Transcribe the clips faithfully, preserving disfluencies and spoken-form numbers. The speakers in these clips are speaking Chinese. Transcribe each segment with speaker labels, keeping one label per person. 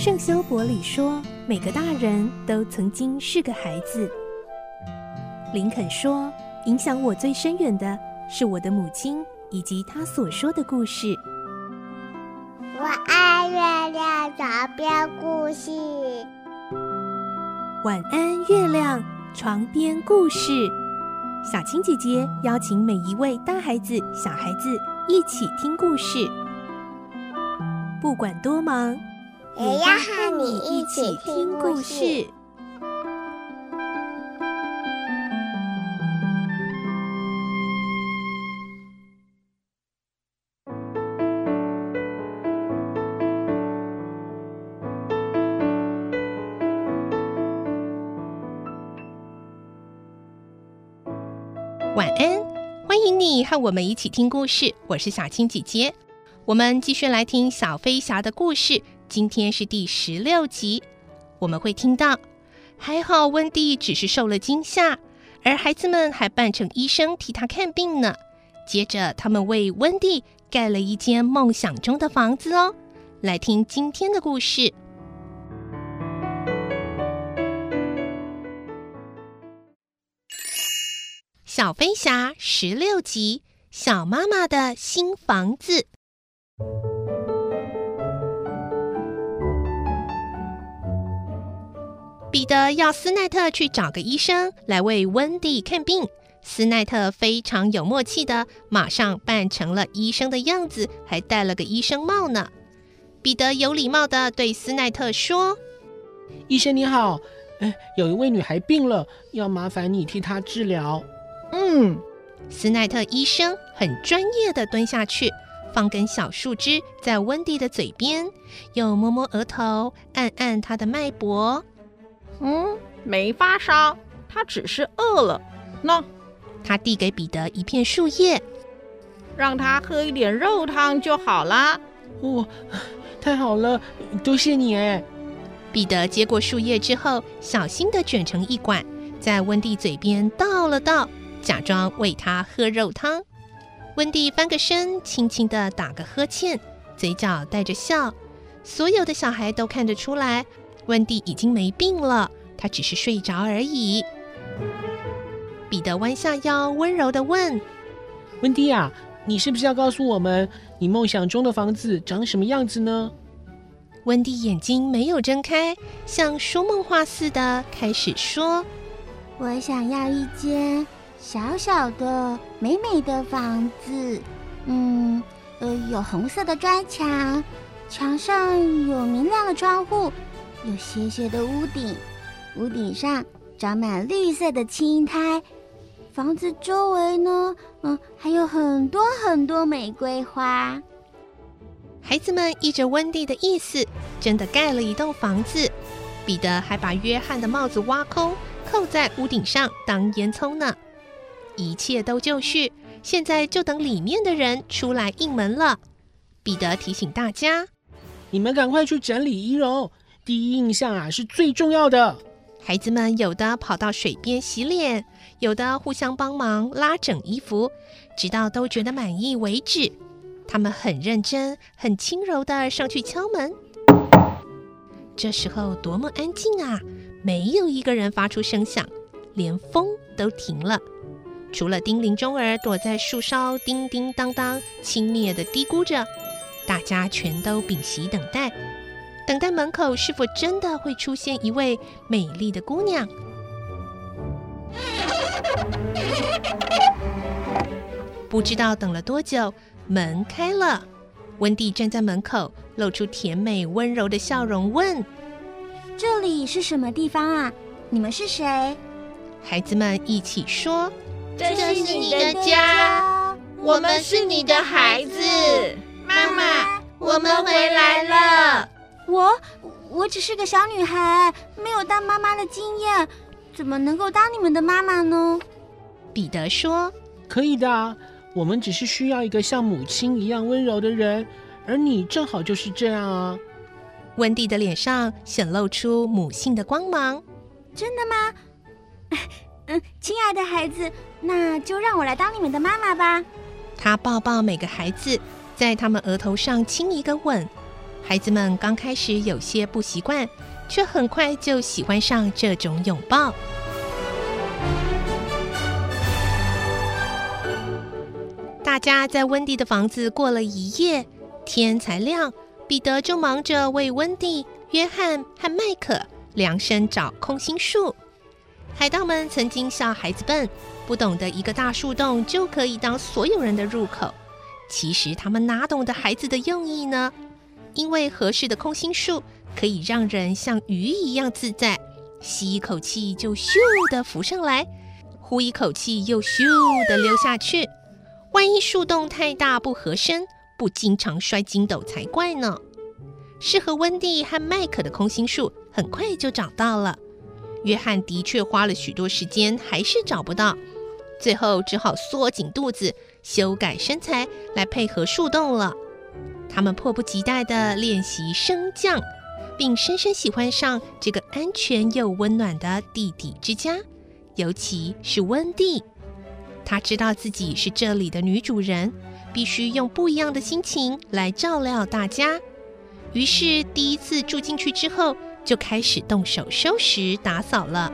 Speaker 1: 圣修伯里说，每个大人都曾经是个孩子。林肯说，影响我最深远的是我的母亲以及她所说的故事。
Speaker 2: 我爱月亮床边故事。
Speaker 1: 晚安，月亮床边故事。小青姐姐邀请每一位大孩子、小孩子一起听故事，不管多忙，
Speaker 2: 也要和你一起听故事。
Speaker 3: 晚安，欢迎你和我们一起听故事，我是小青姐姐。我们继续来听小飞侠的故事，今天是第十六集。我们会听到，还好温蒂只是受了惊吓，而孩子们还扮成医生替他看病呢。接着他们为温蒂盖了一间梦想中的房子哦。来听今天的故事。小飞侠十六集，小妈妈的新房子。彼得要斯奈特去找个医生来为温蒂看病。斯奈特非常有默契的，马上扮成了医生的样子，还戴了个医生帽呢。彼得有礼貌的对斯奈特说：“
Speaker 4: 医生你好，呃，有一位女孩病了，要麻烦你替她治疗。”嗯，
Speaker 3: 斯奈特医生很专业的蹲下去，放根小树枝在温蒂的嘴边，又摸摸额头，按按她的脉搏。
Speaker 5: 嗯，没发烧，她只是饿了。那
Speaker 3: 他递给彼得一片树叶，
Speaker 5: 让他喝一点肉汤就好啦。
Speaker 4: 哦，太好了，多谢你哎。
Speaker 3: 彼得接过树叶之后，小心地卷成一管，在温蒂嘴边倒了倒，假装喂他喝肉汤。温蒂翻个身，轻轻地打个呵欠，嘴角带着笑。所有的小孩都看得出来，温蒂已经没病了，他只是睡着而已。彼得弯下腰，温柔地问：“
Speaker 4: 温蒂啊，你是不是要告诉我们，你梦想中的房子长什么样子呢？”
Speaker 3: 温蒂眼睛没有睁开，像说梦话似的开始说：“
Speaker 2: 我想要一间小小的、美美的房子，嗯，呃，有红色的砖墙，墙上有明亮的窗户，有斜斜的屋顶，屋顶上长满绿色的青苔。房子周围呢，嗯，还有很多很多玫瑰花。”
Speaker 3: 孩子们依着温蒂的意思，真的盖了一栋房子。彼得还把约翰的帽子挖空，扣在屋顶上当烟囱呢。一切都就绪，现在就等里面的人出来应门了。彼得提醒大家：“
Speaker 4: 你们赶快去整理仪容，第一印象啊是最重要的。”
Speaker 3: 孩子们有的跑到水边洗脸，有的互相帮忙拉整衣服，直到都觉得满意为止。他们很认真、很轻柔地上去敲门。这时候多么安静啊，没有一个人发出声响，连风都停了。除了叮铃钟儿躲在树梢叮叮当当轻蔑地嘀咕着，大家全都屏息等待。等待门口是否真的会出现一位美丽的姑娘。不知道等了多久，门开了。温蒂站在门口，露出甜美温柔的笑容，问：“
Speaker 2: 这里是什么地方啊？你们是谁？”
Speaker 3: 孩子们一起说：“
Speaker 5: 这是你的家，我们是你的孩子。妈妈，我们回来了。”
Speaker 2: 我我只是个小女孩，没有当妈妈的经验，怎么能够当你们的妈妈呢？
Speaker 3: 彼得说：“
Speaker 4: 可以的啊，我们只是需要一个像母亲一样温柔的人，而你正好就是这样啊。”
Speaker 3: 温蒂的脸上显露出母性的光芒。
Speaker 2: 真的吗？嗯，亲爱的孩子，那就让我来当你们的妈妈吧。
Speaker 3: 她抱抱每个孩子，在他们额头上亲一个吻。 孩子们刚开始有些不习惯，却很快就喜欢上这种拥抱。大家在温蒂的房子过了一夜，天才亮，彼得就忙着为温蒂、约翰和麦克量身找空心树。海盗们曾经笑孩子笨，不懂得一个大树洞就可以当所有人的入口。其实他们哪懂得孩子的用意呢？因为合适的空心树可以让人像鱼一样自在，吸一口气就咻地浮上来，呼一口气又咻地溜下去。万一树洞太大不合身，不经常摔筋斗才怪呢。适合温蒂和麦克的空心树很快就找到了，约翰的确花了许多时间，还是找不到，最后只好缩紧肚子，修改身材来配合树洞了。他们迫不及待地练习升降，并深深喜欢上这个安全又温暖的弟弟之家，尤其是温蒂。她知道自己是这里的女主人，必须用不一样的心情来照料大家。于是第一次住进去之后，就开始动手收拾打扫了。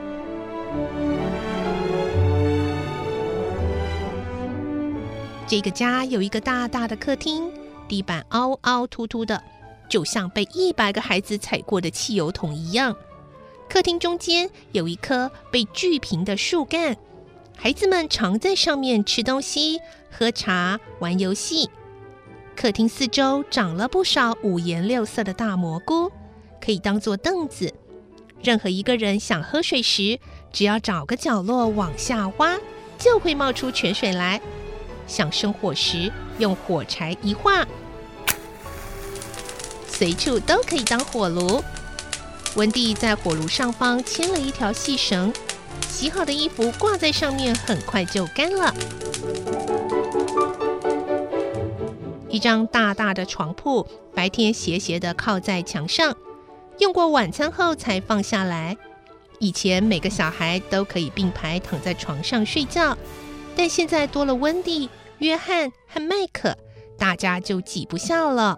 Speaker 3: 这个家有一个大大的客厅，地板凹凹凸凸的，就像被一百个孩子踩过的汽油桶一样。客厅中间有一棵被锯平的树干，孩子们常在上面吃东西、喝茶、玩游戏。客厅四周长了不少五颜六色的大蘑菇，可以当作凳子。任何一个人想喝水时，只要找个角落往下挖，就会冒出泉水来。想生火时，用火柴一划，随处都可以当火炉。温蒂在火炉上方牵了一条细绳，洗好的衣服挂在上面，很快就干了。一张大大的床铺，白天斜斜地靠在墙上，用过晚餐后才放下来。以前每个小孩都可以并排躺在床上睡觉，但现在多了温蒂、约翰和麦克，大家就挤不下了。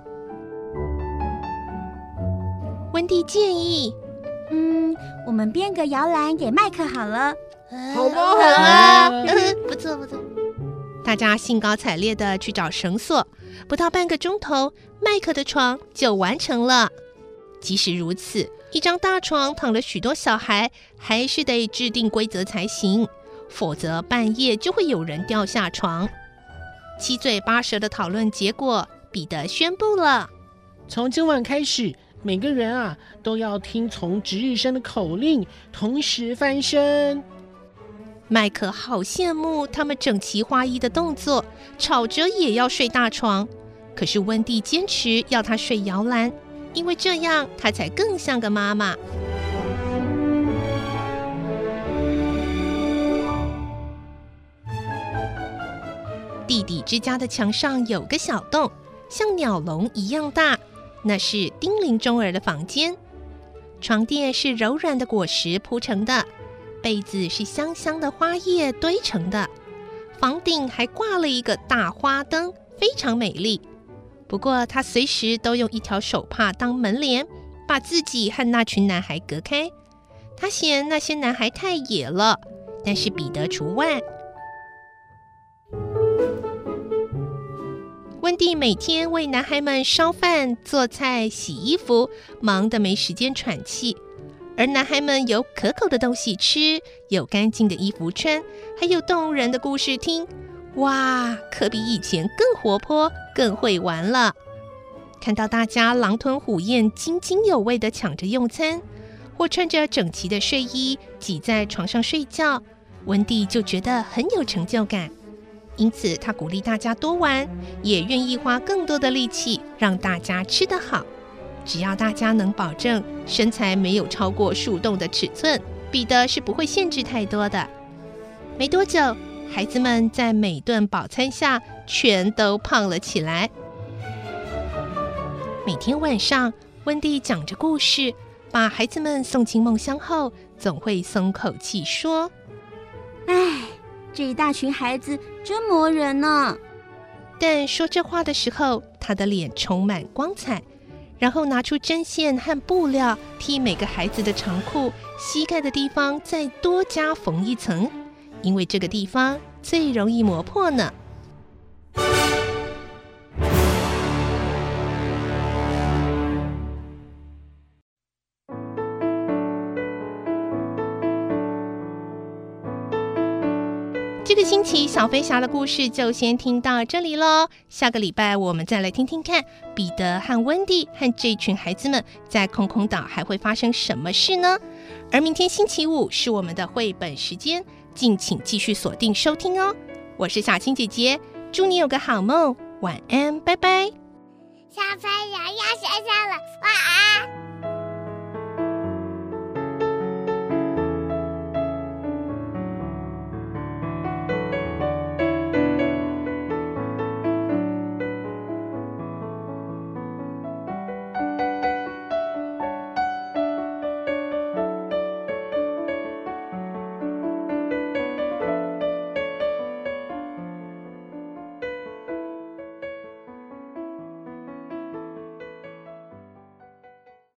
Speaker 3: 温蒂建议，
Speaker 2: 嗯，我们编个摇篮给麦克好了。
Speaker 5: 好不好啊？
Speaker 3: 呃，不错不错。大家兴高采烈地去找绳索，不到半个钟头，麦克的床就完成了。即使如此，一张大床躺了许多小孩，还是得制定规则才行，否则半夜就会有人掉下床。七嘴八舌的讨论结果，彼得宣布了：
Speaker 4: 从今晚开始，每个人啊都要听从值日生的口令，同时翻身。
Speaker 3: 麦克好羡慕他们整齐划一的动作，吵着也要睡大床。可是温蒂坚持要他睡摇篮，因为这样他才更像个妈妈。弟弟之家的墙上有个小洞，像鸟笼一样大，那是丁玲钟儿的房间。床垫是柔软的果实铺成的，被子是香香的花叶堆成的，房顶还挂了一个大花灯，非常美丽。不过他随时都用一条手帕当门帘，把自己和那群男孩隔开。他嫌那些男孩太野了，但是彼得除外。温蒂每天为男孩们烧饭、做菜、洗衣服，忙得没时间喘气。而男孩们有可口的东西吃，有干净的衣服穿，还有动人的故事听。哇，可比以前更活泼，更会玩了。看到大家狼吞虎咽、津津有味地抢着用餐，或穿着整齐的睡衣挤在床上睡觉，温蒂就觉得很有成就感。因此他鼓励大家多玩，也愿意花更多的力气让大家吃得好。只要大家能保证身材没有超过树洞的尺寸，彼得是不会限制太多的。没多久，孩子们在每顿饱餐下全都胖了起来。每天晚上，温蒂讲着故事，把孩子们送进梦乡后，总会松口气说：
Speaker 2: 唉，这一大群孩子真磨人呢。
Speaker 3: 但说这话的时候，他的脸充满光彩， 然后拿出针线和布料，替每个孩子的长裤膝盖的地方再多加缝一层，因为这个地方最容易磨破呢。这个星期小飞侠的故事就先听到这里咯，下个礼拜我们再来听听看彼得和温蒂和这群孩子们在空空岛还会发生什么事呢？而明天星期五是我们的绘本时间，敬请继续锁定收听哦。我是小青姐姐，祝你有个好梦，晚安，拜拜。
Speaker 2: 小朋友要睡觉了，晚安。